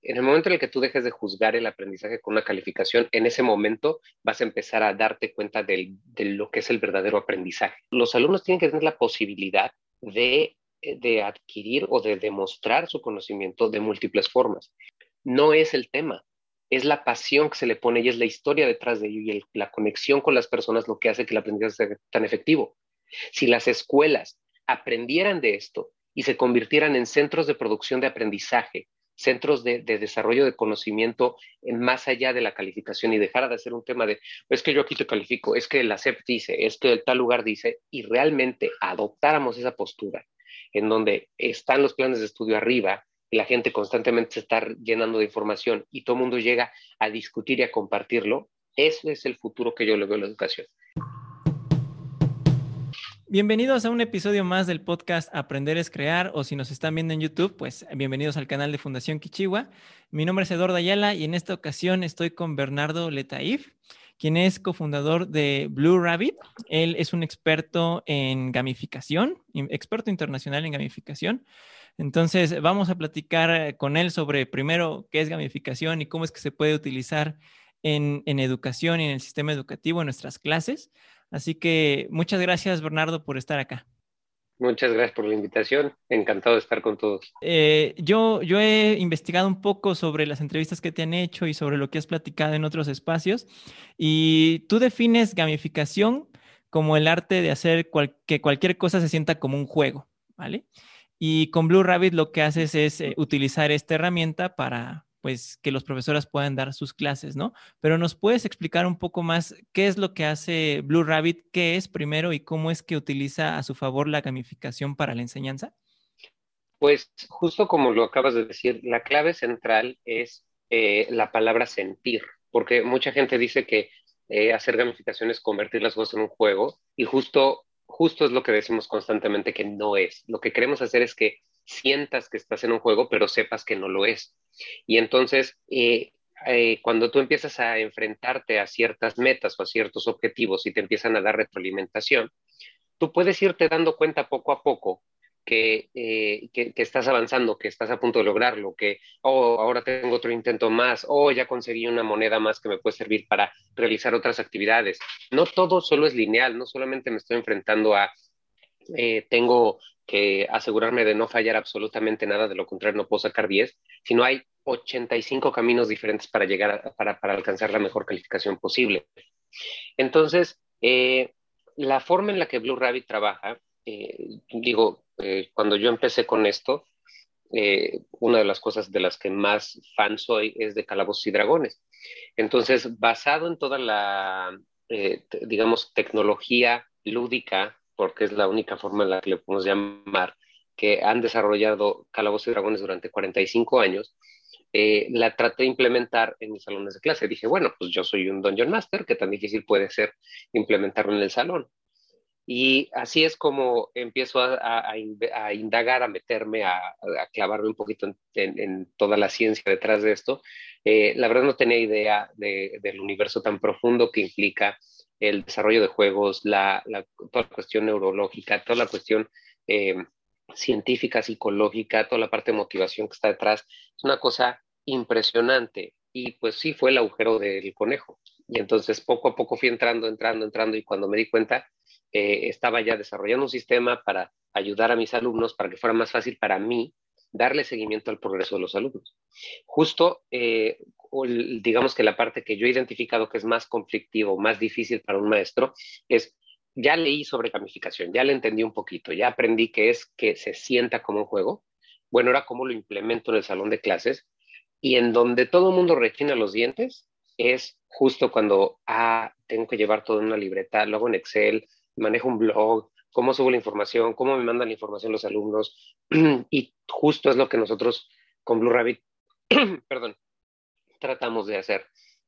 En el momento en el que tú dejes de juzgar el aprendizaje con una calificación, en ese momento vas a empezar a darte cuenta de lo que es el verdadero aprendizaje. Los alumnos tienen que tener la posibilidad de adquirir o de demostrar su conocimiento de múltiples formas. No es el tema, es la pasión que se le pone y es la historia detrás de ello y la conexión con las personas lo que hace que el aprendizaje sea tan efectivo. Si las escuelas aprendieran de esto y se convirtieran en centros de producción de aprendizaje, centros de desarrollo de conocimiento más allá de la calificación y dejara de ser un tema de, es que yo aquí te califico, es que la SEP dice, es que tal lugar dice, y realmente adoptáramos esa postura en donde están los planes de estudio arriba y la gente constantemente se está llenando de información y todo el mundo llega a discutir y a compartirlo, ese es el futuro que yo le veo a la educación. Bienvenidos a un episodio más del podcast Aprender es Crear, o si nos están viendo en YouTube, pues bienvenidos al canal de Fundación Quichigua. Mi nombre es Eduardo Ayala y en esta ocasión estoy con Bernardo Letaif, quien es cofundador de Blue Rabbit. Él es un experto en gamificación, experto internacional en gamificación. Entonces vamos a platicar con él sobre primero qué es gamificación y cómo es que se puede utilizar en educación y en el sistema educativo en nuestras clases. Así que muchas gracias, Bernardo, por estar acá. Muchas gracias por la invitación. Encantado de estar con todos. Yo he investigado un poco sobre las entrevistas que te han hecho y sobre lo que has platicado en otros espacios. Y tú defines gamificación como el arte de hacer que cualquier cosa se sienta como un juego, ¿vale? Y con Blue Rabbit lo que haces es utilizar esta herramienta para, pues, que los profesores puedan dar sus clases, ¿no? Pero ¿nos puedes explicar un poco más qué es lo que hace Blue Rabbit, qué es primero y cómo es que utiliza a su favor la gamificación para la enseñanza? Pues justo como lo acabas de decir, la clave central es la palabra sentir, porque mucha gente dice que hacer gamificación es convertir las cosas en un juego y justo es lo que decimos constantemente que no es. Lo que queremos hacer es que sientas que estás en un juego, pero sepas que no lo es. Y entonces, cuando tú empiezas a enfrentarte a ciertas metas o a ciertos objetivos y te empiezan a dar retroalimentación, tú puedes irte dando cuenta poco a poco que estás avanzando, que estás a punto de lograrlo, que ahora tengo otro intento más, ya conseguí una moneda más que me puede servir para realizar otras actividades. No todo solo es lineal, no solamente me estoy enfrentando a tengo que asegurarme de no fallar absolutamente nada, de lo contrario no puedo sacar 10, sino hay 85 caminos diferentes para para alcanzar la mejor calificación posible. Entonces, la forma en la que Blue Rabbit trabaja, cuando yo empecé con esto, una de las cosas de las que más fan soy es de Calabozos y Dragones. Entonces, basado en toda digamos, tecnología lúdica, porque es la única forma en la que le podemos llamar, que han desarrollado Calabozos y Dragones durante 45 años, la traté de implementar en mis salones de clase. Dije, bueno, pues yo soy un Dungeon Master, que tan difícil puede ser implementarlo en el salón. Y así es como empiezo a indagar, a meterme, a clavarme un poquito en toda la ciencia detrás de esto. La verdad no tenía idea del universo tan profundo que implica el desarrollo de juegos, toda la cuestión neurológica, toda la cuestión eh, científica, psicológica, toda la parte de motivación que está detrás. Es una cosa impresionante. Y pues sí, fue el agujero del conejo. Y entonces poco a poco fui entrando, y cuando me di cuenta, estaba ya desarrollando un sistema para ayudar a mis alumnos, para que fuera más fácil para mí darle seguimiento al progreso de los alumnos. Justo, digamos que la parte que yo he identificado que es más conflictivo, más difícil para un maestro, es ya leí sobre gamificación, ya le entendí un poquito, ya aprendí que es que se sienta como un juego. Bueno, ahora cómo lo implemento en el salón de clases y en donde todo el mundo rechina los dientes es justo cuando tengo que llevar todo en una libreta, luego en Excel, manejo un blog, cómo subo la información, cómo me mandan la información los alumnos. Y justo es lo que nosotros con Blue Rabbit, perdón, tratamos de hacer.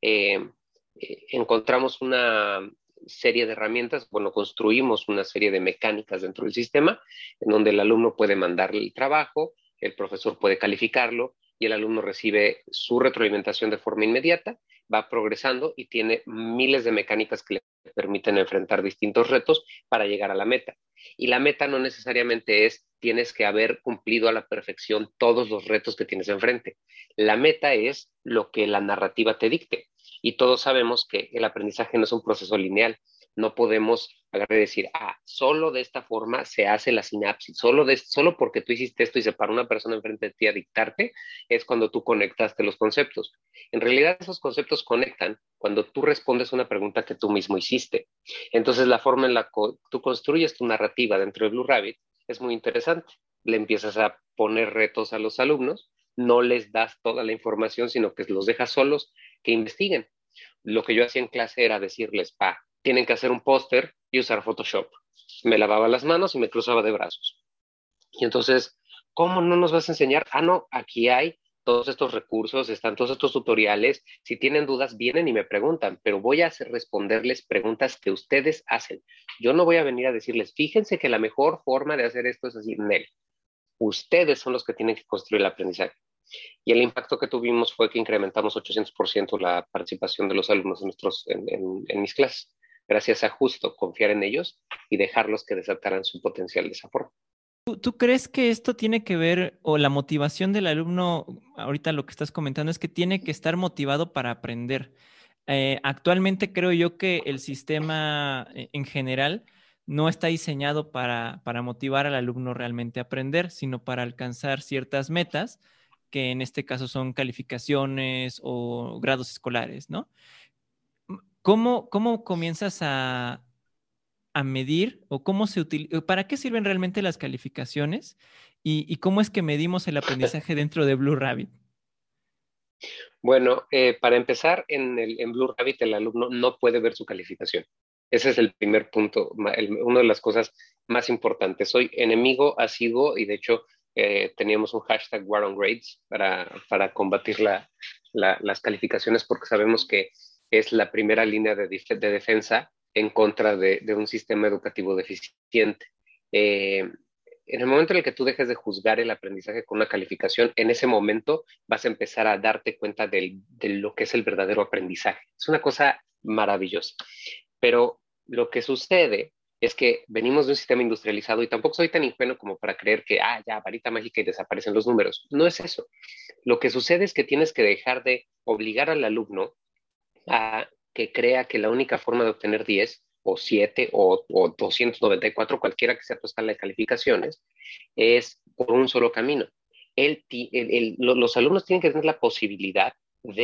Encontramos una serie de herramientas, bueno, construimos una serie de mecánicas dentro del sistema en donde el alumno puede mandarle el trabajo, el profesor puede calificarlo y el alumno recibe su retroalimentación de forma inmediata, va progresando y tiene miles de mecánicas que le permiten enfrentar distintos retos para llegar a la meta. Y la meta no necesariamente es tienes que haber cumplido a la perfección todos los retos que tienes enfrente. La meta es lo que la narrativa te dicte. Y todos sabemos que el aprendizaje no es un proceso lineal. No podemos agarrar y decir, solo de esta forma se hace la sinapsis, solo porque tú hiciste esto y se paró una persona enfrente de ti a dictarte, es cuando tú conectaste los conceptos. En realidad esos conceptos conectan cuando tú respondes a una pregunta que tú mismo hiciste. Entonces la forma en la que tú construyes tu narrativa dentro de Blue Rabbit es muy interesante. Le empiezas a poner retos a los alumnos, no les das toda la información, sino que los dejas solos que investiguen. Lo que yo hacía en clase era decirles, tienen que hacer un póster y usar Photoshop. Me lavaba las manos y me cruzaba de brazos. Y entonces, ¿cómo no nos vas a enseñar? No, aquí hay todos estos recursos, están todos estos tutoriales. Si tienen dudas, vienen y me preguntan, pero voy a responderles preguntas que ustedes hacen. Yo no voy a venir a decirles, fíjense que la mejor forma de hacer esto es así. Nel. Ustedes son los que tienen que construir el aprendizaje. Y el impacto que tuvimos fue que incrementamos 800% la participación de los alumnos en mis clases, gracias a justo confiar en ellos y dejarlos que desataran su potencial de esa forma. ¿Tú crees que esto tiene que ver, o la motivación del alumno, ahorita lo que estás comentando, es que tiene que estar motivado para aprender? Actualmente creo yo que el sistema en general no está diseñado para motivar al alumno realmente a aprender, sino para alcanzar ciertas metas, que en este caso son calificaciones o grados escolares, ¿no? ¿Cómo comienzas a medir o para qué sirven realmente las calificaciones y cómo es que medimos el aprendizaje dentro de Blue Rabbit? Bueno, para empezar, en Blue Rabbit el alumno no puede ver su calificación. Ese es el primer punto, una de las cosas más importantes. Soy enemigo asiduo y de hecho teníamos un hashtag War on Grades para combatir las calificaciones porque sabemos que es la primera línea de defensa en contra de un sistema educativo deficiente. En el momento en el que tú dejes de juzgar el aprendizaje con una calificación, en ese momento vas a empezar a darte cuenta de lo que es el verdadero aprendizaje. Es una cosa maravillosa. Pero lo que sucede es que venimos de un sistema industrializado y tampoco soy tan ingenuo como para creer que, ya, varita mágica y desaparecen los números. No es eso. Lo que sucede es que tienes que dejar de obligar al alumno a que crea que la única forma de obtener 10 o 7 o 294, cualquiera que sea tu escala de calificaciones, es por un solo camino. Los alumnos tienen que tener la posibilidad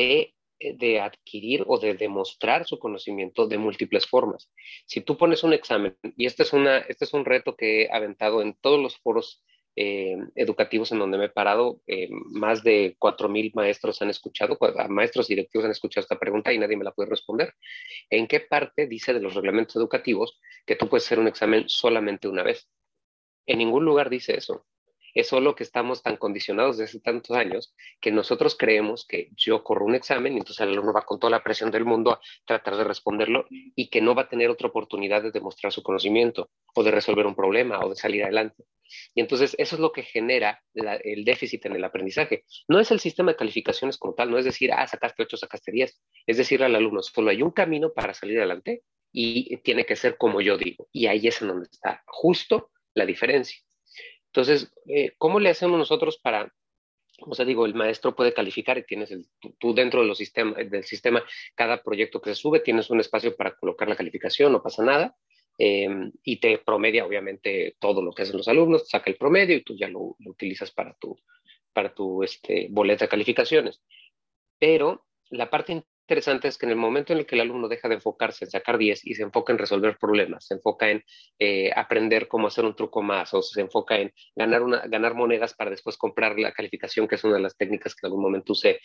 de adquirir o de demostrar su conocimiento de múltiples formas. Si tú pones un examen, y este es un reto que he aventado en todos los foros educativos en donde me he parado, más de 4,000 maestros han escuchado, maestros directivos han escuchado esta pregunta y nadie me la puede responder. ¿En qué parte dice de los reglamentos educativos que tú puedes hacer un examen solamente una vez? En ningún lugar dice eso. Es solo que estamos tan condicionados desde hace tantos años que nosotros creemos que yo corro un examen y entonces el alumno va con toda la presión del mundo a tratar de responderlo y que no va a tener otra oportunidad de demostrar su conocimiento o de resolver un problema o de salir adelante. Y entonces eso es lo que genera el déficit en el aprendizaje. No es el sistema de calificaciones como tal, no es decir, sacaste 8, sacaste 10. Es decirle al alumno, solo hay un camino para salir adelante y tiene que ser como yo digo. Y ahí es en donde está justo la diferencia. Entonces, ¿cómo le hacemos nosotros para, o sea, digo, el maestro puede calificar y tienes tú dentro del sistema, cada proyecto que se sube, tienes un espacio para colocar la calificación, no pasa nada, y te promedia obviamente todo lo que hacen los alumnos, saca el promedio y tú ya lo utilizas para tu boleta de calificaciones. Pero la parte interesante es que en el momento en el que el alumno deja de enfocarse en sacar 10 y se enfoca en resolver problemas, se enfoca en aprender cómo hacer un truco más, o se enfoca en ganar monedas para después comprar la calificación, que es una de las técnicas que en algún momento usé,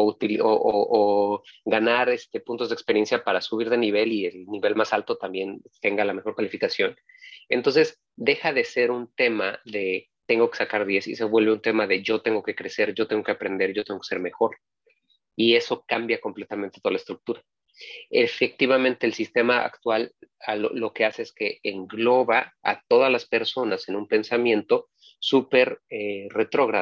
o ganar puntos de experiencia para subir de nivel y el nivel más alto también tenga la mejor calificación. Entonces, deja de ser un tema de tengo que sacar 10 y se vuelve un tema de yo tengo que crecer, yo tengo que aprender, yo tengo que ser mejor. Y eso cambia completamente toda la estructura. Efectivamente, el sistema actual lo que hace es que engloba a todas las personas en un pensamiento súper retrógrada,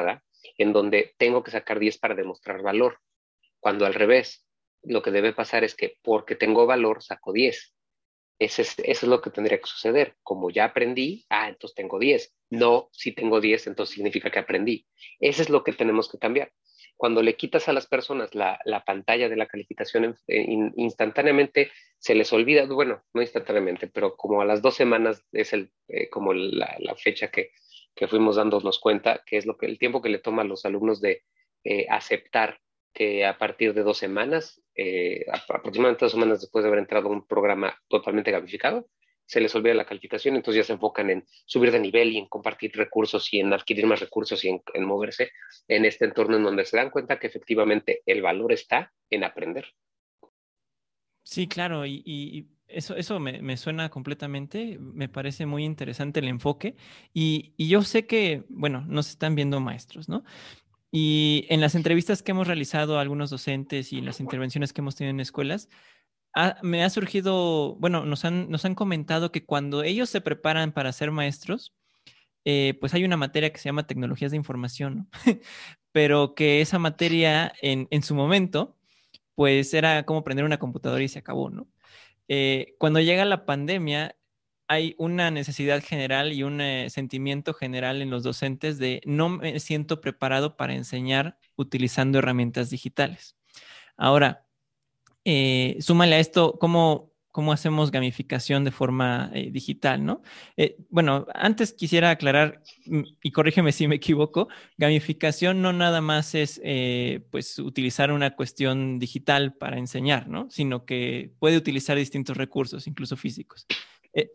en donde tengo que sacar 10 para demostrar valor, cuando al revés, lo que debe pasar es que porque tengo valor saco 10. Eso es lo que tendría que suceder. Como ya aprendí, entonces tengo 10. No, si tengo 10, entonces significa que aprendí. Eso es lo que tenemos que cambiar. Cuando le quitas a las personas la pantalla de la calificación instantáneamente, se les olvida, bueno, no instantáneamente, pero como a las 2 semanas es como la fecha que fuimos dándonos cuenta, que es el tiempo que le toma a los alumnos de aceptar que a partir de 2 semanas, aproximadamente 2 semanas después de haber entrado a un programa totalmente gamificado, se les olvida la calificación, entonces ya se enfocan en subir de nivel y en compartir recursos y en adquirir más recursos y en moverse en este entorno en donde se dan cuenta que efectivamente el valor está en aprender. Sí, claro, y eso me suena completamente, me parece muy interesante el enfoque y yo sé que, bueno, nos están viendo maestros, ¿no? Y en las entrevistas que hemos realizado a algunos docentes y en las intervenciones que hemos tenido en escuelas, me ha surgido, bueno, nos han comentado que cuando ellos se preparan para ser maestros, pues hay una materia que se llama tecnologías de información, ¿no? Pero que esa materia en su momento, pues era como prender una computadora y se acabó, ¿no? Cuando llega la pandemia, hay una necesidad general y un sentimiento general en los docentes de no me siento preparado para enseñar utilizando herramientas digitales. Ahora, súmale a esto, ¿cómo hacemos gamificación de forma digital, ¿no? Bueno, antes quisiera aclarar, y corrígeme si me equivoco, gamificación no nada más es pues utilizar una cuestión digital para enseñar, ¿no? Sino que puede utilizar distintos recursos, incluso físicos. Eh,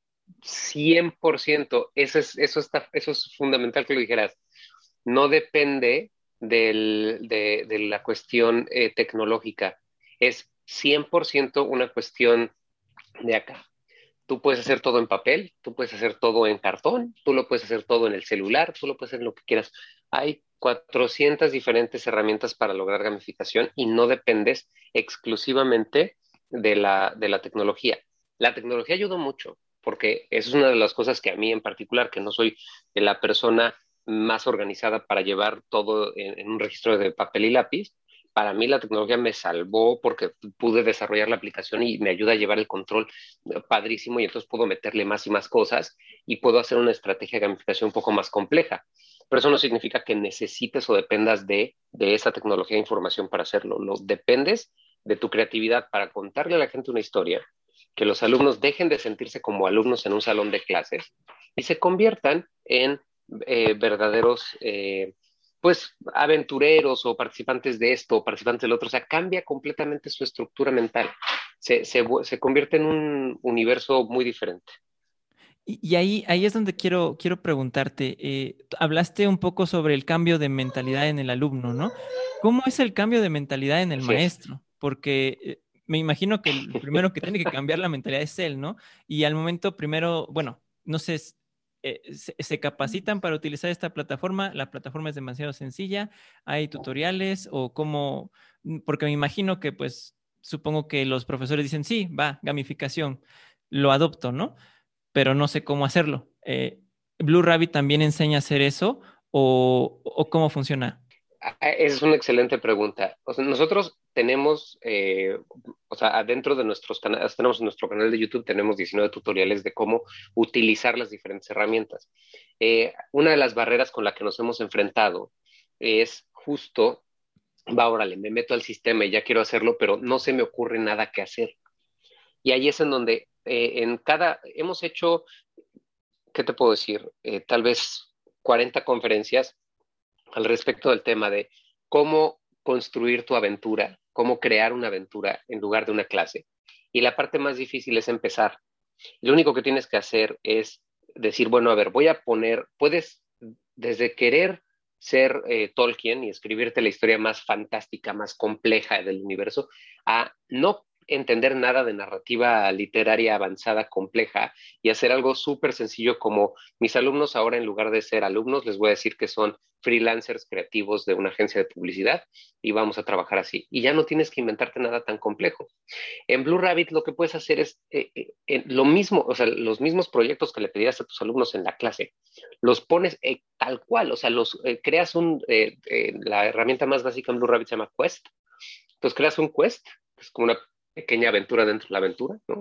100%, eso es fundamental que lo dijeras. No depende de la cuestión tecnológica, es 100% una cuestión de acá. Tú puedes hacer todo en papel, tú puedes hacer todo en cartón, tú lo puedes hacer todo en el celular, tú lo puedes hacer lo que quieras. Hay 400 diferentes herramientas para lograr gamificación y no dependes exclusivamente de la tecnología. La tecnología ayuda mucho, porque eso es una de las cosas que a mí en particular, que no soy la persona más organizada para llevar todo en un registro de papel y lápiz, para mí la tecnología me salvó porque pude desarrollar la aplicación y me ayuda a llevar el control padrísimo y entonces puedo meterle más y más cosas y puedo hacer una estrategia de gamificación un poco más compleja. Pero eso no significa que necesites o dependas de esa tecnología de información para hacerlo. Dependes de tu creatividad para contarle a la gente una historia, que los alumnos dejen de sentirse como alumnos en un salón de clases y se conviertan en verdaderos pues aventureros o participantes de esto o participantes del otro, o sea, cambia completamente su estructura mental, se convierte en un universo muy diferente. y ahí es donde quiero preguntarte, hablaste un poco sobre el cambio de mentalidad en el alumno, ¿no? ¿Cómo es el cambio de mentalidad en el Así es. maestro? Porque me imagino que el primero que tiene que cambiar la mentalidad es él, ¿no? Y al momento primero, bueno, no sé, se capacitan para utilizar esta plataforma, la plataforma es demasiado sencilla, hay tutoriales o cómo, porque me imagino que pues supongo que los profesores dicen, sí, va, gamificación, lo adopto, ¿no? Pero no sé cómo hacerlo. ¿Blue Rabbit también enseña a hacer eso o cómo funciona? Esa es una excelente pregunta. O sea, nosotros tenemos, o sea, adentro de nuestros canales, tenemos en nuestro canal de YouTube, tenemos 19 tutoriales de cómo utilizar las diferentes herramientas. Una de las barreras con la que nos hemos enfrentado es justo, órale, me meto al sistema y ya quiero hacerlo, pero no se me ocurre nada que hacer. Y ahí es en donde hemos hecho, ¿qué te puedo decir? Tal vez 40 conferencias al respecto del tema de cómo construir tu aventura, cómo crear una aventura en lugar de una clase. Y la parte más difícil es empezar. Lo único que tienes que hacer es decir, bueno, a ver, puedes desde querer ser Tolkien y escribirte la historia más fantástica, más compleja del universo, a no entender nada de narrativa literaria avanzada, compleja, y hacer algo súper sencillo como mis alumnos ahora, en lugar de ser alumnos, les voy a decir que son freelancers creativos de una agencia de publicidad y vamos a trabajar así. Y ya no tienes que inventarte nada tan complejo. En Blue Rabbit lo que puedes hacer es lo mismo, o sea, los mismos proyectos que le pedías a tus alumnos en la clase, los pones tal cual, o sea, creas la herramienta más básica en Blue Rabbit se llama Quest. Entonces creas un Quest, que es como una pequeña aventura dentro de la aventura, ¿no?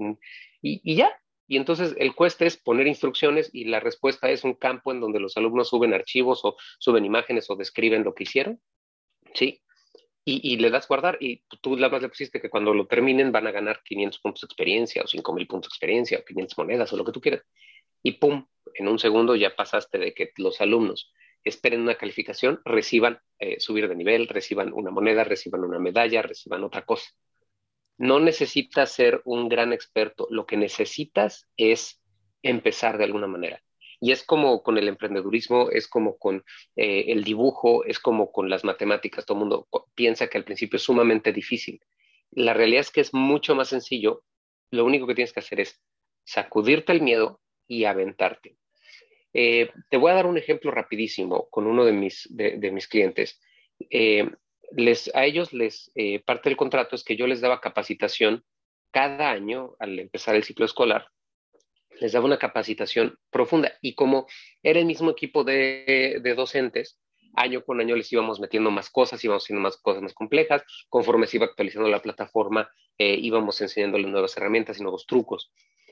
Y ya. Y entonces el Quest es poner instrucciones y la respuesta es un campo en donde los alumnos suben archivos o suben imágenes o describen lo que hicieron, ¿sí? Y le das guardar y tú nada más le pusiste que cuando lo terminen van a ganar 500 puntos de experiencia o 5,000 puntos de experiencia o 500 monedas o lo que tú quieras. Y pum, en un segundo ya pasaste de que los alumnos esperen una calificación, reciban subir de nivel, reciban una moneda, reciban una medalla, reciban otra cosa. No necesitas ser un gran experto, lo que necesitas es empezar de alguna manera. Y es como con el emprendedurismo, es como con el dibujo, es como con las matemáticas. Todo el mundo piensa que al principio es sumamente difícil. La realidad es que es mucho más sencillo. Lo único que tienes que hacer es sacudirte el miedo y aventarte. Te voy a dar un ejemplo rapidísimo con uno de mis clientes. Eh, a ellos parte del contrato es que yo les daba capacitación cada año al empezar el ciclo escolar, les daba una capacitación profunda y como era el mismo equipo de docentes, año con año les íbamos metiendo más cosas, íbamos haciendo más cosas más complejas, conforme se iba actualizando la plataforma, íbamos enseñándoles nuevas herramientas y nuevos trucos.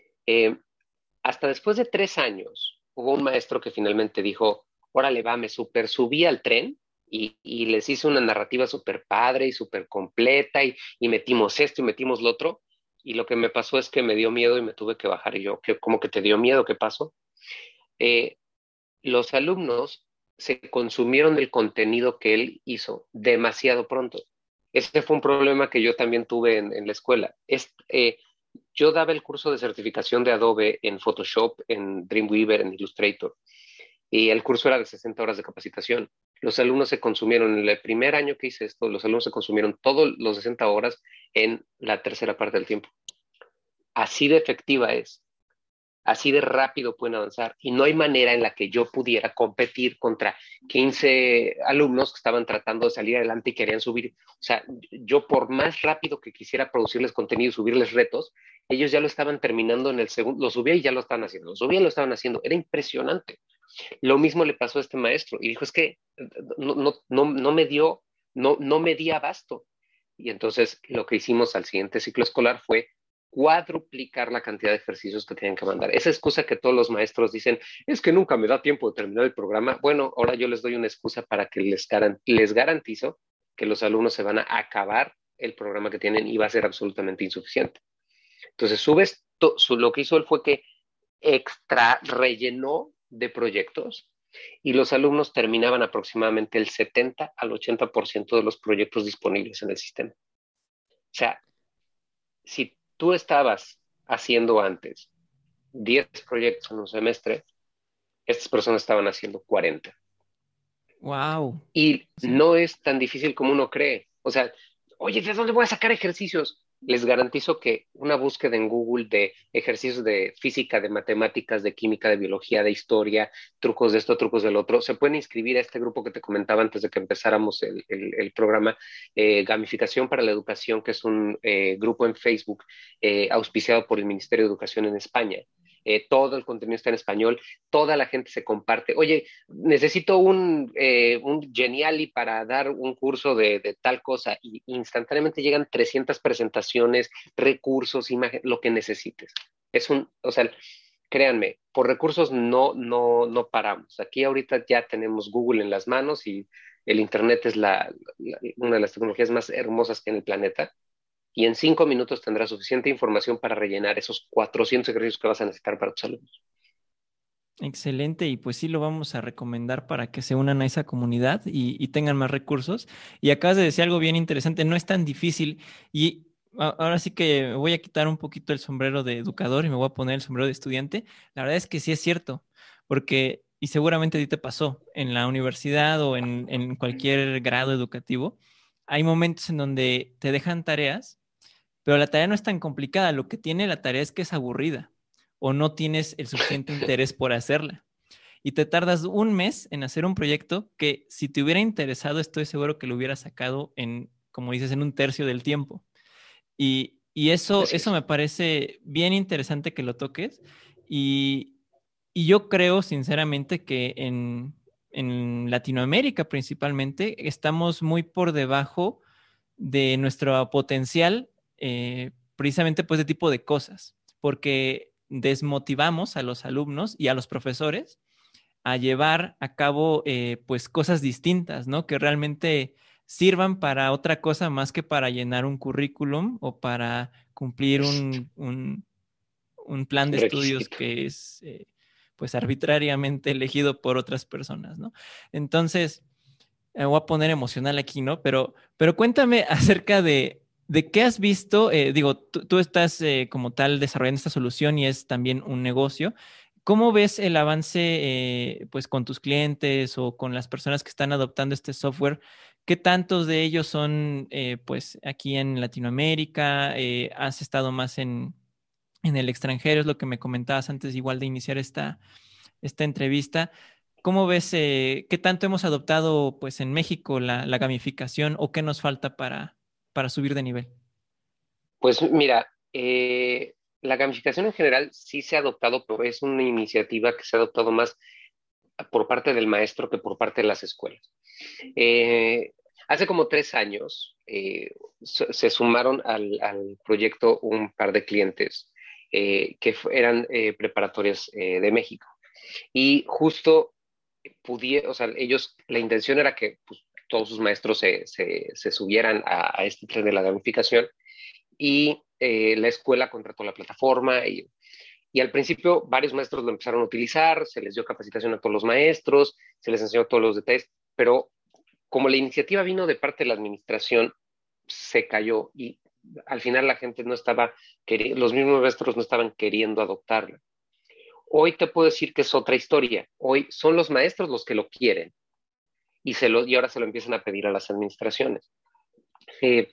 Hasta después de 3 años, hubo un maestro que finalmente dijo, órale, va, me super subí al tren y les hice una narrativa súper padre y súper completa y metimos esto y metimos lo otro. Y lo que me pasó es que me dio miedo y me tuve que bajar. Y yo, ¿cómo que te dio miedo? ¿Qué pasó? Eh, los alumnos se consumieron el contenido que él hizo demasiado pronto. Ese fue un problema que yo también tuve en la escuela. Yo daba el curso de certificación de Adobe en Photoshop, en Dreamweaver, en Illustrator, y el curso era de 60 horas de capacitación. Los alumnos se consumieron, en el primer año que hice esto, los alumnos se consumieron todos los 60 horas en la tercera parte del tiempo. Así de efectiva es, así de rápido pueden avanzar y no hay manera en la que yo pudiera competir contra 15 alumnos que estaban tratando de salir adelante y querían subir. O sea, yo por más rápido que quisiera producirles contenido y subirles retos, ellos ya lo estaban terminando en el segundo, lo subía y ya lo estaban haciendo, lo subía y lo estaban haciendo. Era impresionante. Lo mismo le pasó a este maestro y dijo, es que no me dio, no me di abasto. Y entonces lo que hicimos al siguiente ciclo escolar fue cuadruplicar la cantidad de ejercicios que tenían que mandar. Esa excusa que todos los maestros dicen, es que nunca me da tiempo de terminar el programa. Bueno, ahora yo les doy una excusa para que les garantizo que los alumnos se van a acabar el programa que tienen y va a ser absolutamente insuficiente. Entonces, lo que hizo él fue que extra rellenó de proyectos y los alumnos terminaban aproximadamente el 70 al 80% de los proyectos disponibles en el sistema. O sea, si tú estabas haciendo antes 10 proyectos en un semestre, estas personas estaban haciendo 40. Wow. Y Sí. no es tan difícil como uno cree. O sea, oye, ¿de dónde voy a sacar ejercicios? Les garantizo que una búsqueda en Google de ejercicios de física, de matemáticas, de química, de biología, de historia, trucos de esto, trucos del otro, se pueden inscribir a este grupo que te comentaba antes de que empezáramos el programa, Gamificación para la Educación, que es un grupo en Facebook auspiciado por el Ministerio de Educación en España. Todo el contenido está en español, toda la gente se comparte. Oye, necesito un Geniali para dar un curso de tal cosa y instantáneamente llegan 300 presentaciones, recursos, imágenes, lo que necesites. O sea, créanme, por recursos no paramos. Aquí ahorita ya tenemos Google en las manos y el Internet es una de las tecnologías más hermosas que hay en el planeta. Y en 5 minutos tendrás suficiente información para rellenar esos 400 ejercicios que vas a necesitar para tus alumnos. Excelente, y pues sí lo vamos a recomendar para que se unan a esa comunidad y tengan más recursos. Y acabas de decir algo bien interesante, no es tan difícil y ahora sí que me voy a quitar un poquito el sombrero de educador y me voy a poner el sombrero de estudiante. La verdad es que sí es cierto, porque, y seguramente a ti te pasó, en la universidad o en cualquier grado educativo, hay momentos en donde te dejan tareas pero la tarea no es tan complicada. Lo que tiene la tarea es que es aburrida o no tienes el suficiente interés por hacerla. Y te tardas un mes en hacer un proyecto que si te hubiera interesado, estoy seguro que lo hubieras sacado en, como dices, en un tercio del tiempo. Y Así eso es. me parece bien interesante que lo toques. Y, y yo creo sinceramente que en Latinoamérica principalmente estamos muy por debajo de nuestro potencial, precisamente pues de tipo de cosas, porque desmotivamos a los alumnos y a los profesores a llevar a cabo pues cosas distintas, ¿no? Que realmente sirvan para otra cosa más que para llenar un currículum o para cumplir un plan de Un estudios requisito. que es pues arbitrariamente elegido por otras personas, ¿no? Entonces, voy a poner emocional aquí, ¿no? Pero cuéntame acerca de qué has visto. Digo, tú estás como tal desarrollando esta solución y es también un negocio. ¿Cómo ves el avance pues con tus clientes o con las personas que están adoptando este software? ¿Qué tantos de ellos son pues aquí en Latinoamérica? ¿Has estado más en el extranjero? Es lo que me comentabas antes igual de iniciar esta entrevista. ¿Cómo ves qué tanto hemos adoptado pues en México la gamificación o qué nos falta para subir de nivel? Pues mira, la gamificación en general sí se ha adoptado, pero es una iniciativa que se ha adoptado más por parte del maestro que por parte de las escuelas. Hace como 3 años se sumaron al proyecto un par de clientes que eran preparatorias de México. Y justo o sea, ellos, la intención era que pues, todos sus maestros se subieran a este tren de la gamificación y la escuela contrató la plataforma y al principio varios maestros lo empezaron a utilizar, se les dio capacitación a todos los maestros, se les enseñó todos los detalles, pero como la iniciativa vino de parte de la administración, se cayó y al final la gente no estaba, los mismos maestros no estaban queriendo adoptarla. Hoy te puedo decir que es otra historia. Hoy son los maestros los que lo quieren y ahora se lo empiezan a pedir a las administraciones. Eh,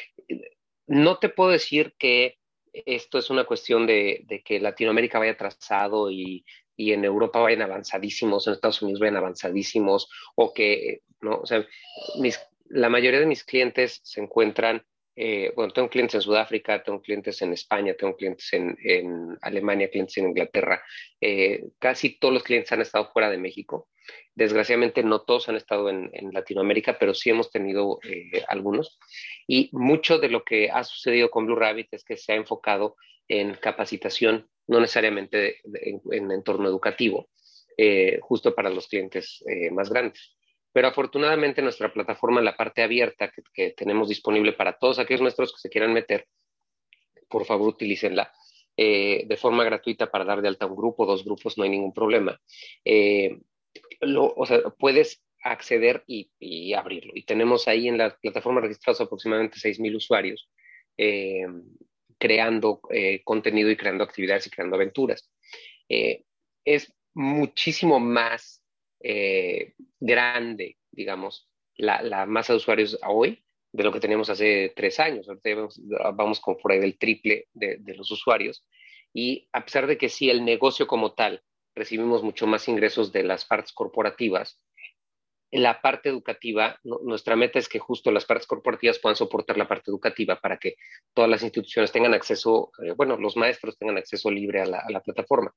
no te puedo decir que esto es una cuestión de que Latinoamérica vaya atrasado y en Europa vayan avanzadísimos, en Estados Unidos vayan avanzadísimos, o que, ¿no? O sea, la mayoría de mis clientes se encuentran, bueno, tengo clientes en Sudáfrica, tengo clientes en España, tengo clientes en Alemania, clientes en Inglaterra, casi todos los clientes han estado fuera de México. Desgraciadamente no todos han estado en Latinoamérica, pero sí hemos tenido algunos. Y mucho de lo que ha sucedido con Blue Rabbit es que se ha enfocado en capacitación, no necesariamente en entorno educativo, justo para los clientes más grandes. Pero afortunadamente nuestra plataforma, la parte abierta que tenemos disponible para todos aquellos maestros que se quieran meter, por favor utilícenla de forma gratuita para dar de alta un grupo, 2 grupos, no hay ningún problema. Eh, o sea, puedes acceder y abrirlo. Y tenemos ahí en la plataforma registrados aproximadamente 6,000 usuarios eh, creando contenido y creando actividades y creando aventuras. Es muchísimo más grande, digamos, la masa de usuarios hoy de lo que teníamos hace 3 años. Ahorita vamos con por ahí del triple de los usuarios. Y a pesar de que sí, el negocio como tal recibimos mucho más ingresos de las partes corporativas. En la parte educativa, nuestra meta es que justo las partes corporativas puedan soportar la parte educativa para que todas las instituciones tengan acceso, bueno, los maestros tengan acceso libre a la plataforma.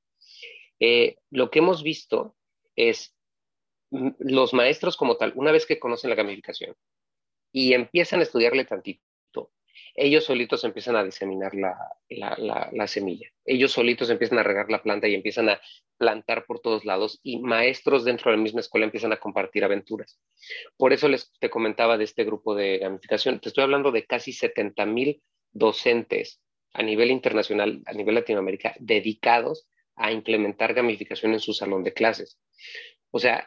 Lo que hemos visto es los maestros como tal, una vez que conocen la gamificación y empiezan a estudiarle tantito, ellos solitos empiezan a diseminar la semilla. Ellos solitos empiezan a regar la planta y empiezan a plantar por todos lados y maestros dentro de la misma escuela empiezan a compartir aventuras. Por eso te comentaba de este grupo de gamificación. Te estoy hablando de casi 70,000 docentes a nivel internacional, a nivel Latinoamérica, dedicados a implementar gamificación en su salón de clases. O sea,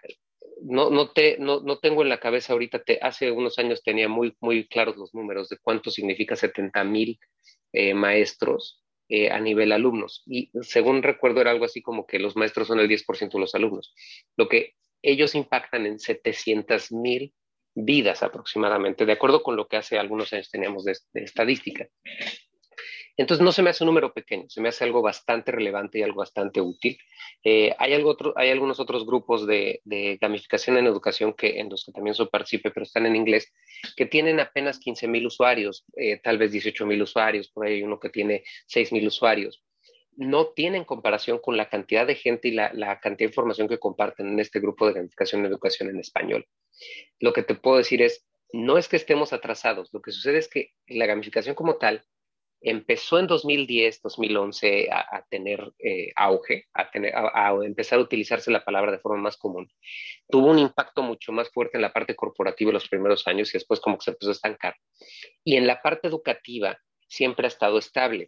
no tengo en la cabeza ahorita, hace unos años tenía muy, muy claros los números de cuánto significa 70,000 maestros a nivel alumnos. Y según recuerdo era algo así como que los maestros son el 10% de los alumnos. Lo que ellos impactan en 700,000 vidas aproximadamente, de acuerdo con lo que hace algunos años teníamos de estadística. Entonces no se me hace un número pequeño, se me hace algo bastante relevante y algo bastante útil. Hay algunos otros grupos de gamificación en educación en los que también soy partícipe, pero están en inglés, que tienen apenas 15,000 usuarios, tal vez 18,000 usuarios, por ahí hay uno que tiene 6,000 usuarios. No tienen comparación con la cantidad de gente y la cantidad de información que comparten en este grupo de gamificación en educación en español. Lo que te puedo decir es, no es que estemos atrasados, lo que sucede es que la gamificación como tal empezó en 2010, 2011 a tener auge, a empezar a utilizarse la palabra de forma más común. Tuvo un impacto mucho más fuerte en la parte corporativa en los primeros años y después como que se empezó a estancar. Y en la parte educativa siempre ha estado estable.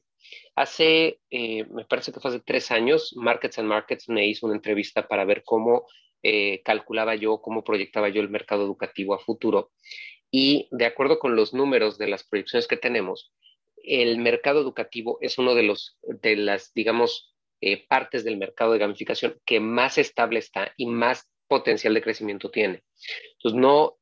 Me parece que fue hace 3 años, Markets and Markets me hizo una entrevista para ver cómo calculaba yo, cómo proyectaba yo el mercado educativo a futuro. Y de acuerdo con los números de las proyecciones que tenemos, el mercado educativo es uno de las, digamos, partes del mercado de gamificación que más estable está y más potencial de crecimiento tiene. Entonces,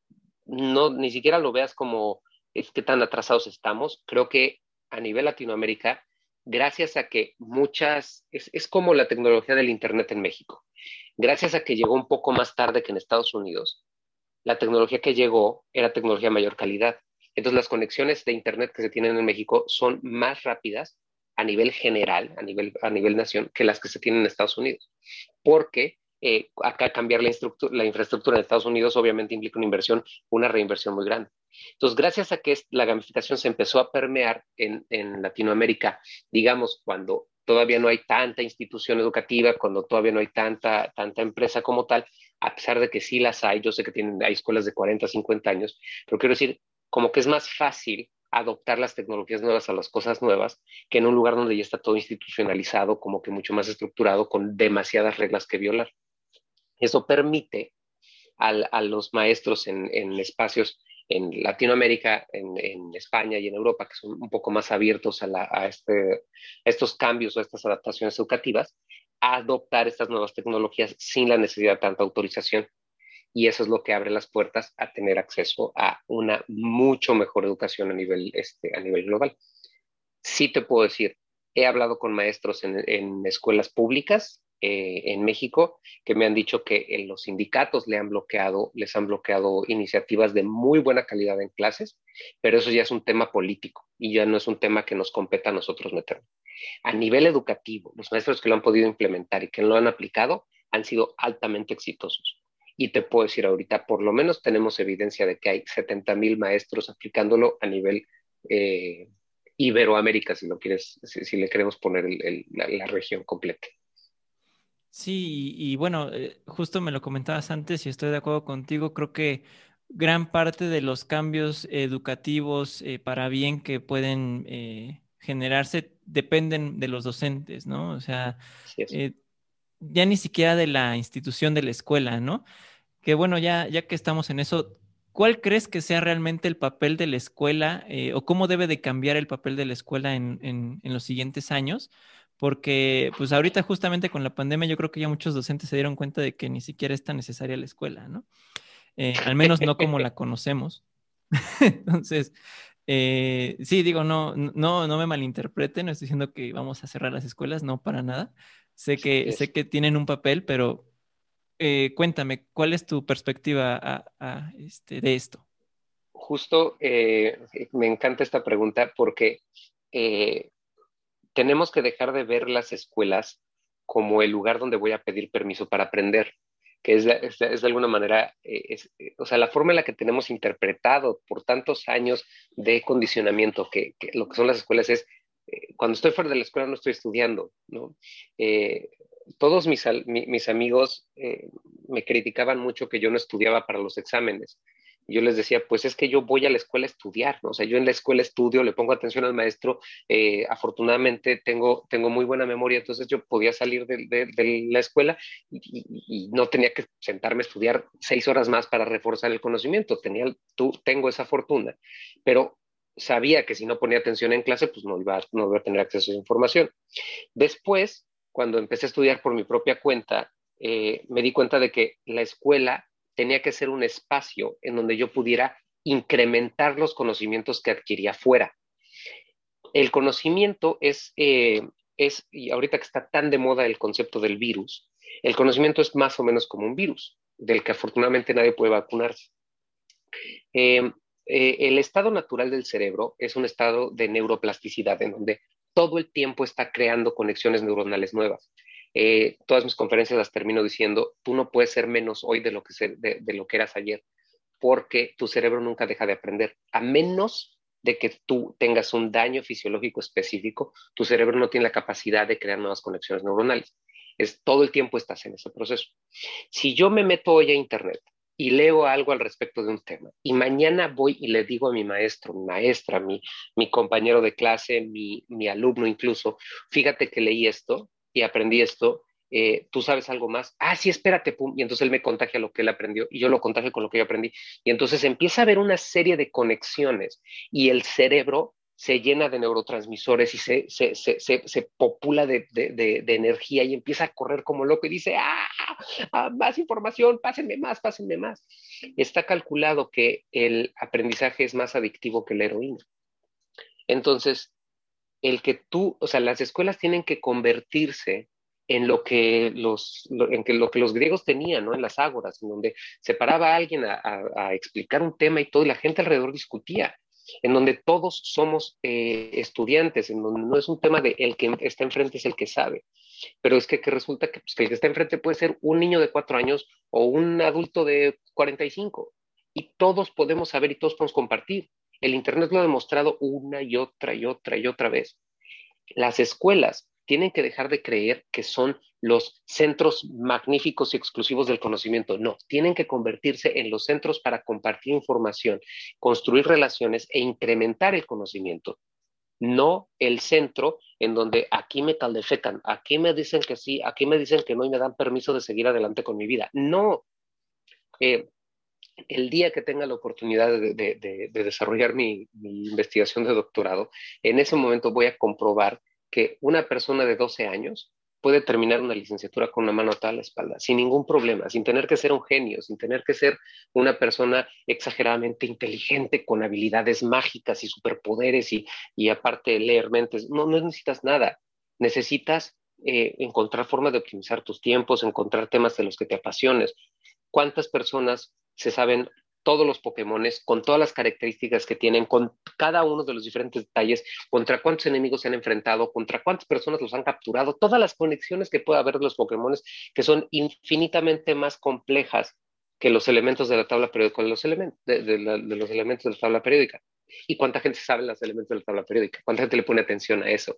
ni siquiera lo veas como es que tan atrasados estamos. Creo que a nivel Latinoamérica, gracias a que es como la tecnología del Internet en México. Gracias a que llegó un poco más tarde que en Estados Unidos, la tecnología que llegó era tecnología de mayor calidad. Entonces, las conexiones de Internet que se tienen en México son más rápidas a nivel general, a nivel nación, que las que se tienen en Estados Unidos. Porque acá cambiar la infraestructura en Estados Unidos obviamente implica una reinversión muy grande. Entonces, gracias a que la gamificación se empezó a permear en Latinoamérica, digamos, cuando todavía no hay tanta institución educativa, cuando todavía no hay tanta empresa como tal, a pesar de que sí las hay, yo sé que hay escuelas de 40, 50 años, pero quiero decir, como que es más fácil adoptar las tecnologías nuevas a las cosas nuevas que en un lugar donde ya está todo institucionalizado, como que mucho más estructurado, con demasiadas reglas que violar. Eso permite a los maestros en espacios en Latinoamérica, en España y en Europa, que son un poco más abiertos a estos cambios o a estas adaptaciones educativas, a adoptar estas nuevas tecnologías sin la necesidad de tanta autorización. Y eso es lo que abre las puertas a tener acceso a una mucho mejor educación a nivel global. Sí te puedo decir, he hablado con maestros en escuelas públicas en México que me han dicho que los sindicatos les han bloqueado iniciativas de muy buena calidad en clases, pero eso ya es un tema político y ya no es un tema que nos competa a nosotros meternos. A nivel educativo, los maestros que lo han podido implementar y que lo han aplicado han sido altamente exitosos. Y te puedo decir ahorita, por lo menos tenemos evidencia de que hay 70,000 maestros aplicándolo a nivel Iberoamérica, si le queremos poner la región completa. Sí, y bueno, justo me lo comentabas antes y estoy de acuerdo contigo. Creo que gran parte de los cambios educativos para bien que pueden generarse dependen de los docentes, ¿no? O sea, Así es. eh, ya ni siquiera de la institución de la escuela, ¿no? Que bueno, ya que estamos en eso, ¿cuál crees que sea realmente el papel de la escuela o cómo debe de cambiar el papel de la escuela en los siguientes años? Porque pues ahorita justamente con la pandemia yo creo que ya muchos docentes se dieron cuenta de que ni siquiera es tan necesaria la escuela, ¿no? Al menos no como la conocemos. Entonces, sí, digo, no me malinterpreten, no estoy diciendo que vamos a cerrar las escuelas, no para nada. Sé que tienen un papel, pero cuéntame, ¿cuál es tu perspectiva de esto? Justo me encanta esta pregunta porque eh, tenemos que dejar de ver las escuelas como el lugar donde voy a pedir permiso para aprender, que es de alguna manera, o sea, la forma en la que tenemos interpretado por tantos años de condicionamiento que lo que son las escuelas es, cuando estoy fuera de la escuela no estoy estudiando, ¿no? Eh, todos mis amigos me criticaban mucho que yo no estudiaba para los exámenes. Yo les decía, pues es que yo voy a la escuela a estudiar, ¿no? O sea, yo en la escuela estudio, le pongo atención al maestro, afortunadamente tengo muy buena memoria, entonces yo podía salir de la escuela y no tenía que sentarme a estudiar 6 horas más para reforzar el conocimiento, tengo esa fortuna, pero sabía que si no ponía atención en clase, pues no iba a tener acceso a esa información. Después, cuando empecé a estudiar por mi propia cuenta, me di cuenta de que la escuela tenía que ser un espacio en donde yo pudiera incrementar los conocimientos que adquiría fuera. El conocimiento y ahorita que está tan de moda el concepto del virus, el conocimiento es más o menos como un virus, del que afortunadamente nadie puede vacunarse. Eh, el estado natural del cerebro es un estado de neuroplasticidad, en donde todo el tiempo está creando conexiones neuronales nuevas. Todas mis conferencias las termino diciendo, tú no puedes ser menos hoy de lo que eras ayer, porque tu cerebro nunca deja de aprender, a menos de que tú tengas un daño fisiológico específico, tu cerebro no tiene la capacidad de crear nuevas conexiones neuronales. Todo el tiempo estás en ese proceso. Si yo me meto hoy a internet y leo algo al respecto de un tema, y mañana voy y le digo a mi maestro, mi maestra, mi compañero de clase, mi alumno incluso, fíjate que leí esto y aprendí esto, tú sabes algo más, ah, sí, espérate, pum, y entonces él me contagia lo que él aprendió y yo lo contagio con lo que yo aprendí, y entonces empieza a haber una serie de conexiones y el cerebro se llena de neurotransmisores y se popula de energía y empieza a correr como loco y dice, más información, pásenme más, pásenme más. Está calculado que el aprendizaje es más adictivo que la heroína. Entonces, o sea, las escuelas tienen que convertirse en lo que los griegos tenían, ¿no? En las ágoras, en donde se paraba alguien a explicar un tema y todo, y la gente alrededor discutía, en donde todos somos estudiantes, en donde no es un tema de el que está enfrente es el que sabe, pero es que resulta que, pues, que el que está enfrente puede ser un niño de 4 años o un adulto de 45, y todos podemos saber y todos podemos compartir. El Internet lo ha demostrado una y otra y otra y otra vez. Las escuelas tienen que dejar de creer que son los centros magníficos y exclusivos del conocimiento. No, tienen que convertirse en los centros para compartir información, construir relaciones e incrementar el conocimiento. No el centro en donde aquí me caldefecan, aquí me dicen que sí, aquí me dicen que no y me dan permiso de seguir adelante con mi vida. No. Eh, el día que tenga la oportunidad de desarrollar mi investigación de doctorado, en ese momento voy a comprobar que una persona de 12 años puede terminar una licenciatura con una mano atada a la espalda, sin ningún problema, sin tener que ser un genio, sin tener que ser una persona exageradamente inteligente con habilidades mágicas y superpoderes y aparte leer mentes. No, no necesitas nada. Necesitas encontrar formas de optimizar tus tiempos, encontrar temas de los que te apasiones. ¿Cuántas personas se saben todos los Pokémones con todas las características que tienen, con cada uno de los diferentes detalles, contra cuántos enemigos se han enfrentado, contra cuántas personas los han capturado, todas las conexiones que puede haber de los Pokémones, que son infinitamente más complejas que los elementos de la tabla periódica, los elementos de los elementos de la tabla periódica? ¿Y cuánta gente sabe los elementos de la tabla periódica? ¿Cuánta gente le pone atención a eso?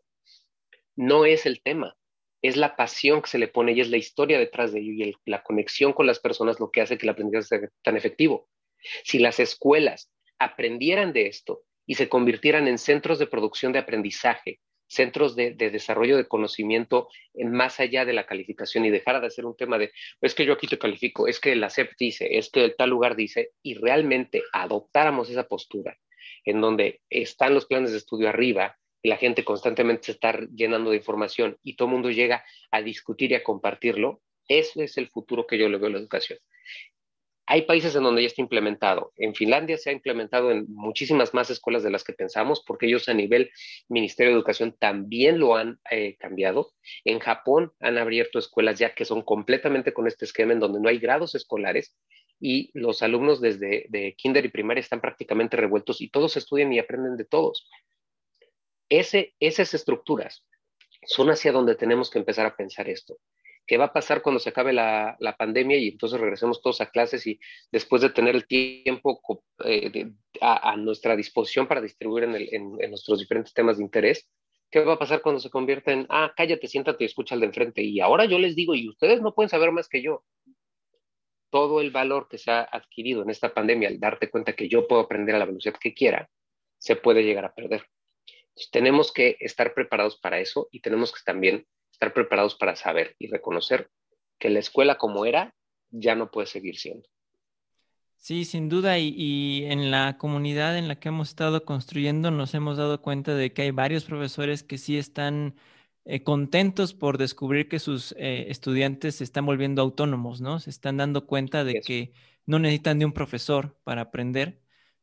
No es el tema, es la pasión que se le pone y es la historia detrás de ello y la conexión con las personas lo que hace que el aprendizaje sea tan efectivo. Si las escuelas aprendieran de esto y se convirtieran en centros de producción de aprendizaje, centros de desarrollo de conocimiento más allá de la calificación y dejara de ser un tema de, es que yo aquí te califico, es que la SEP dice, es que el tal lugar dice, y realmente adoptáramos esa postura en donde están los planes de estudio arriba y la gente constantemente se está llenando de información y todo el mundo llega a discutir y a compartirlo, eso es el futuro que yo le veo a la educación. Hay países en donde ya está implementado. En Finlandia se ha implementado en muchísimas más escuelas de las que pensamos, porque ellos a nivel Ministerio de Educación también lo han cambiado. En Japón han abierto escuelas ya que son completamente con este esquema en donde no hay grados escolares y los alumnos desde de kinder y primaria están prácticamente revueltos y todos estudian y aprenden de todos. Esas estructuras son hacia donde tenemos que empezar a pensar esto. ¿Qué va a pasar cuando se acabe la pandemia y entonces regresemos todos a clases y después de tener el tiempo a nuestra disposición para distribuir en nuestros diferentes temas de interés? ¿Qué va a pasar cuando se convierta en, cállate, siéntate y escucha al de enfrente? Y ahora yo les digo, y ustedes no pueden saber más que yo. Todo el valor que se ha adquirido en esta pandemia al darte cuenta que yo puedo aprender a la velocidad que quiera, se puede llegar a perder. Entonces, tenemos que estar preparados para eso y tenemos que también estar preparados para saber y reconocer que la escuela como era ya no puede seguir siendo. Sí, sin duda, y en la comunidad en la que hemos estado construyendo nos hemos dado cuenta de que hay varios profesores que sí están contentos por descubrir que sus estudiantes se están volviendo autónomos, ¿no? Se están dando cuenta de Eso. que no necesitan de un profesor para aprender,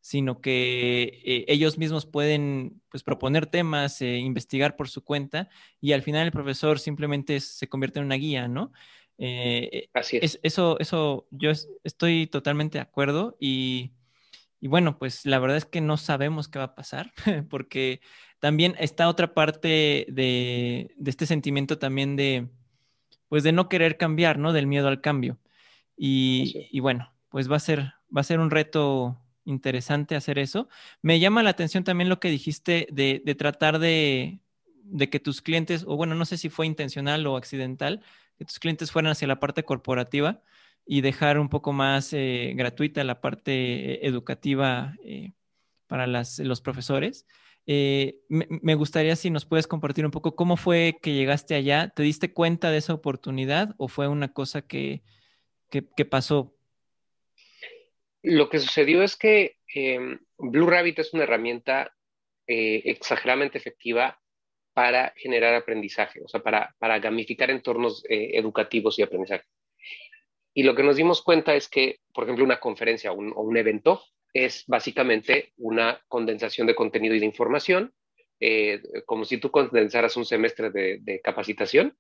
sino que ellos mismos pueden pues, proponer temas, investigar por su cuenta, y al final el profesor simplemente se convierte en una guía, ¿no? Así es. Eso yo estoy totalmente de acuerdo y bueno, pues la verdad es que no sabemos qué va a pasar, porque también está otra parte de este sentimiento también pues de no querer cambiar, ¿no? Del miedo al cambio. Así es. Y bueno, pues va a ser un reto interesante hacer eso. Me llama la atención también lo que dijiste de tratar de que tus clientes, o bueno, no sé si fue intencional o accidental, que tus clientes fueran hacia la parte corporativa y dejar un poco más gratuita la parte educativa para los profesores. Me gustaría si nos puedes compartir un poco cómo fue que llegaste allá. ¿Te diste cuenta de esa oportunidad o fue una cosa que pasó? Lo que sucedió es que Blue Rabbit es una herramienta exageradamente efectiva para generar aprendizaje, o sea, para gamificar entornos educativos y aprendizaje. Y lo que nos dimos cuenta es que, por ejemplo, una conferencia o un evento es básicamente una condensación de contenido y de información, como si tú condensaras un semestre de capacitación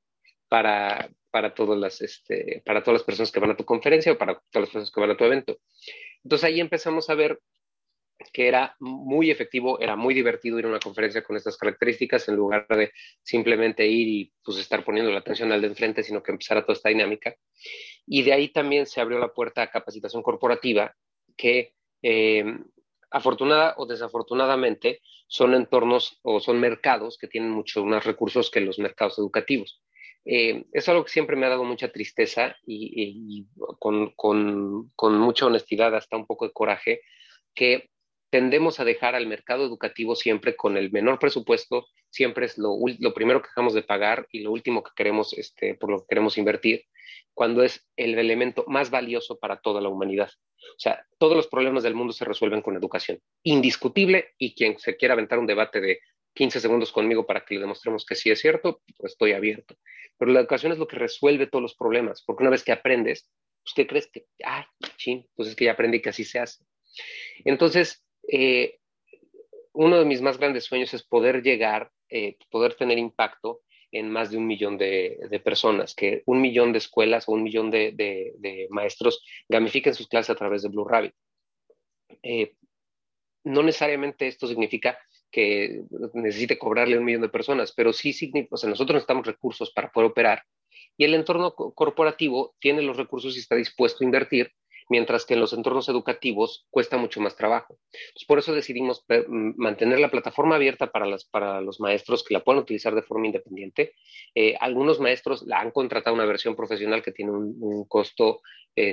para todas las personas que van a tu conferencia o para todas las personas que van a tu evento. Entonces ahí empezamos a ver que era muy efectivo, era muy divertido ir a una conferencia con estas características en lugar de simplemente ir y pues estar poniendo la atención al de enfrente, sino que empezara toda esta dinámica. Y de ahí también se abrió la puerta a capacitación corporativa, que afortunada o desafortunadamente son entornos o son mercados que tienen muchos más recursos que los mercados educativos. Es algo que siempre me ha dado mucha tristeza y con mucha honestidad, hasta un poco de coraje, que tendemos a dejar al mercado educativo siempre con el menor presupuesto, siempre es lo primero que dejamos de pagar y lo último que queremos, por lo que queremos invertir, cuando es el elemento más valioso para toda la humanidad. O sea, todos los problemas del mundo se resuelven con educación, indiscutible, y quien se quiera aventar un debate de 15 segundos conmigo para que le demostremos que sí es cierto, pues estoy abierto. Pero la educación es lo que resuelve todos los problemas, porque una vez que aprendes, pues, ¿qué crees? Que, ay, chin, pues es que ya aprendí que así se hace. Entonces, uno de mis más grandes sueños es poder llegar, poder tener impacto en más de 1 millón de personas, que 1 millón de escuelas o 1 millón de maestros gamifiquen sus clases a través de Blue Rabbit. No necesariamente esto significa que necesite cobrarle a 1 millón de personas, pero sí significa, o sea, nosotros necesitamos recursos para poder operar y el entorno corporativo tiene los recursos y está dispuesto a invertir, mientras que en los entornos educativos cuesta mucho más trabajo. Entonces, por eso decidimos mantener la plataforma abierta para los maestros que la puedan utilizar de forma independiente. Algunos maestros la han contratado una versión profesional que tiene un costo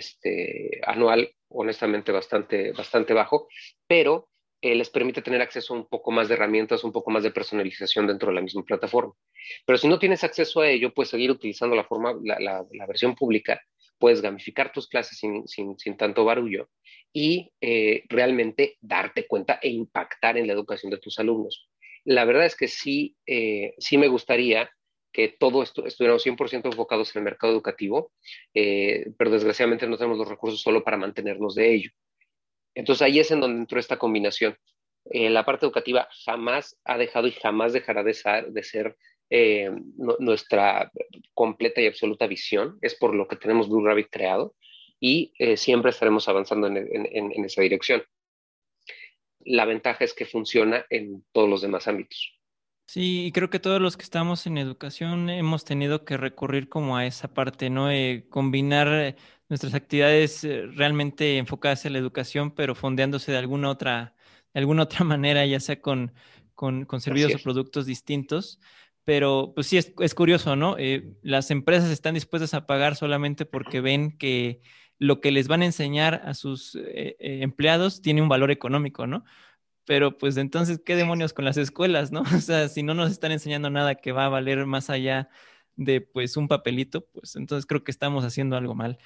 anual, honestamente, bastante bajo, pero les permite tener acceso a un poco más de herramientas, un poco más de personalización dentro de la misma plataforma. Pero si no tienes acceso a ello, puedes seguir utilizando la versión pública, puedes gamificar tus clases sin tanto barullo y realmente darte cuenta e impactar en la educación de tus alumnos. La verdad es que sí me gustaría que todo esto estuviéramos 100% enfocados en el mercado educativo, pero desgraciadamente no tenemos los recursos solo para mantenernos de ello. Entonces ahí es en donde entró esta combinación. La parte educativa jamás ha dejado y jamás dejará de ser nuestra completa y absoluta visión. Es por lo que tenemos Blue Rabbit creado y siempre estaremos avanzando en esa dirección. La ventaja es que funciona en todos los demás ámbitos. Sí, y creo que todos los que estamos en educación hemos tenido que recurrir como a esa parte, ¿no? Combinar nuestras actividades realmente enfocadas en la educación, pero fondeándose de alguna otra manera, ya sea con Así servicios o es. productos distintos. Pero pues sí, es curioso, ¿no? Las empresas están dispuestas a pagar solamente porque ven que lo que les van a enseñar a sus empleados tiene un valor económico, ¿no? Pero pues entonces, ¿qué demonios con las escuelas, no? O sea, si no nos están enseñando nada que va a valer más allá de pues un papelito, pues entonces creo que estamos haciendo algo mal.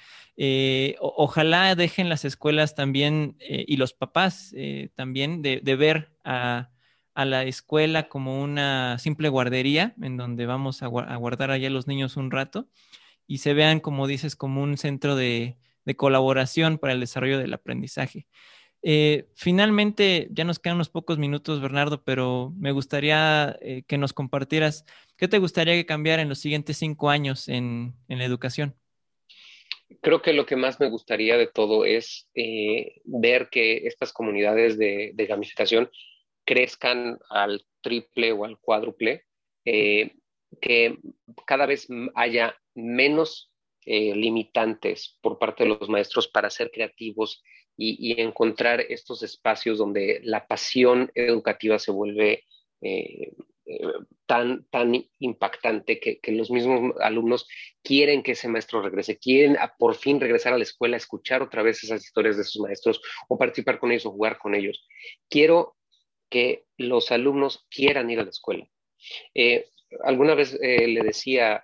Ojalá dejen las escuelas también y los papás también de ver a la escuela como una simple guardería en donde vamos a guardar allá a los niños un rato y se vean, como dices, como un centro de colaboración para el desarrollo del aprendizaje. Finalmente, ya nos quedan unos pocos minutos, Bernardo, pero me gustaría que nos compartieras qué te gustaría que cambiara en los siguientes 5 años en la educación. Creo que lo que más me gustaría de todo es ver que estas comunidades de gamificación crezcan al triple o al cuádruple, eh, que cada vez haya menos limitantes por parte de los maestros para ser creativos y encontrar estos espacios donde la pasión educativa se vuelve eh, eh, tan impactante que los mismos alumnos quieren que ese maestro regrese, quieren por fin regresar a la escuela, escuchar otra vez esas historias de sus maestros o participar con ellos o jugar con ellos. Quiero que los alumnos quieran ir a la escuela. Eh, Alguna vez le decía,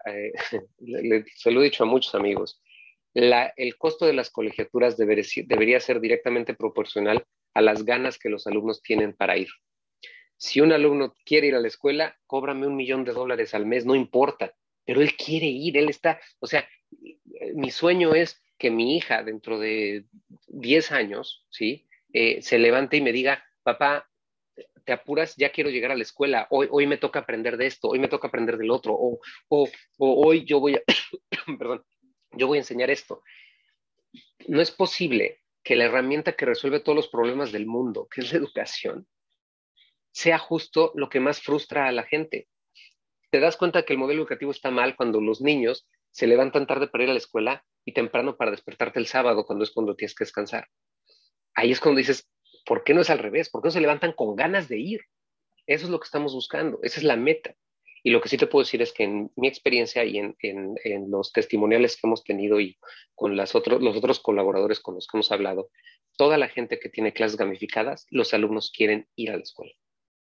se lo he dicho a muchos amigos, el costo de las colegiaturas debería ser directamente proporcional a las ganas que los alumnos tienen para ir. Si un alumno quiere ir a la escuela, cóbrame $1,000,000 al mes, no importa, pero él quiere ir, él está, o sea, mi sueño es que mi hija dentro de 10 años, ¿sí? Se levante y me diga, papá, te apuras, ya quiero llegar a la escuela, hoy me toca aprender de esto, hoy me toca aprender del otro, o hoy yo voy a, perdón, yo voy a enseñar esto. No es posible que la herramienta que resuelve todos los problemas del mundo, que es la educación, sea justo lo que más frustra a la gente. Te das cuenta que el modelo educativo está mal cuando los niños se levantan tarde para ir a la escuela y temprano para despertarte el sábado, cuando es cuando tienes que descansar. Ahí es cuando dices, ¿por qué no es al revés? ¿Por qué no se levantan con ganas de ir? Eso es lo que estamos buscando, esa es la meta. Y lo que sí te puedo decir es que en mi experiencia y en los testimoniales que hemos tenido y con los otros colaboradores con los que hemos hablado, toda la gente que tiene clases gamificadas, los alumnos quieren ir a la escuela.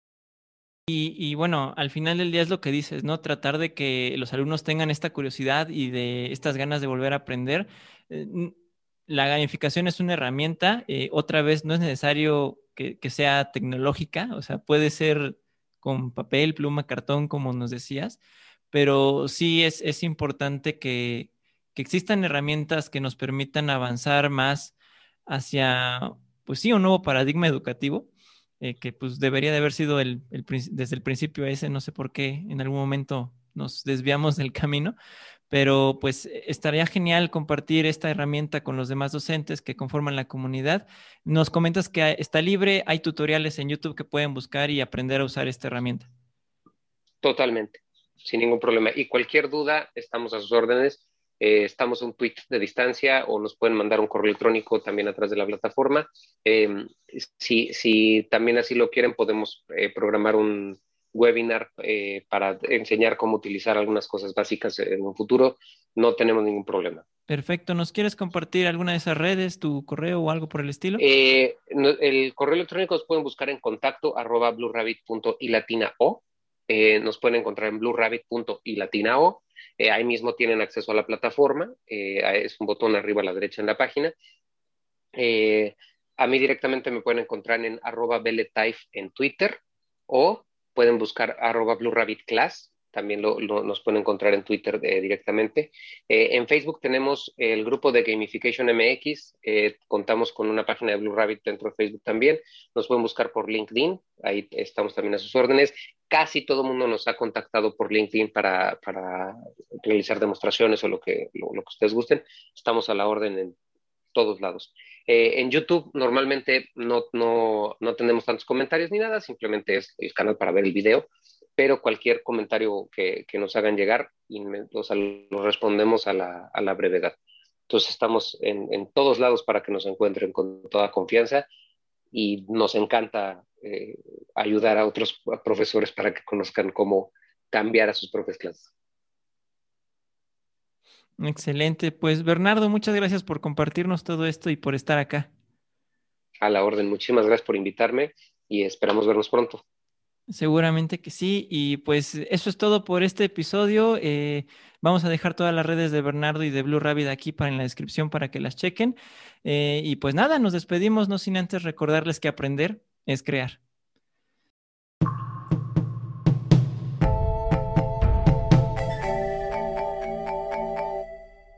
Y bueno, al final del día es lo que dices, ¿no? Tratar de que los alumnos tengan esta curiosidad y de estas ganas de volver a aprender. La gamificación es una herramienta, otra vez no es necesario que sea tecnológica, o sea, puede ser con papel, pluma, cartón, como nos decías, pero sí es importante que existan herramientas que nos permitan avanzar más hacia, pues sí, un nuevo paradigma educativo que pues debería de haber sido desde el principio ese, no sé por qué en algún momento nos desviamos del camino, pero pues estaría genial compartir esta herramienta con los demás docentes que conforman la comunidad. Nos comentas que está libre, hay tutoriales en YouTube que pueden buscar y aprender a usar esta herramienta. Totalmente, sin ningún problema. Y cualquier duda, estamos a sus órdenes. Estamos a un tweet de distancia o nos pueden mandar un correo electrónico también a través de la plataforma. Eh, si también así lo quieren, podemos programar un webinar para enseñar cómo utilizar algunas cosas básicas en un futuro. No tenemos ningún problema. Perfecto. ¿Nos quieres compartir alguna de esas redes, tu correo o algo por el estilo? El correo electrónico los pueden buscar en contacto @bluerabbit.ilatinao. Nos pueden encontrar en bluerabbit.ilatinao. Ahí mismo tienen acceso a la plataforma. Es un botón arriba a la derecha en la página. A mí directamente me pueden encontrar en @beletaif en Twitter o pueden buscar @bluerabbitclass. También nos pueden encontrar en Twitter directamente. En Facebook tenemos el grupo de Gamification MX. Contamos con una página de Blue Rabbit dentro de Facebook también. Nos pueden buscar por LinkedIn. Ahí estamos también a sus órdenes. Casi todo el mundo nos ha contactado por LinkedIn para realizar demostraciones o lo que ustedes gusten. Estamos a la orden en todos lados. En YouTube normalmente no tenemos tantos comentarios ni nada, simplemente es el canal para ver el video, pero cualquier comentario que nos hagan llegar, los respondemos a la brevedad. Entonces estamos en todos lados para que nos encuentren con toda confianza y nos encanta ayudar a otros profesores para que conozcan cómo cambiar a sus propias clases. Excelente. Pues Bernardo, muchas gracias por compartirnos todo esto y por estar acá. A la orden, muchísimas gracias por invitarme y esperamos vernos pronto. Seguramente que sí. Y pues eso es todo por este episodio. Vamos a dejar todas las redes de Bernardo y de Blue Rabbit aquí en la descripción para que las chequen. Y pues nada, nos despedimos, no sin antes recordarles que aprender es crear.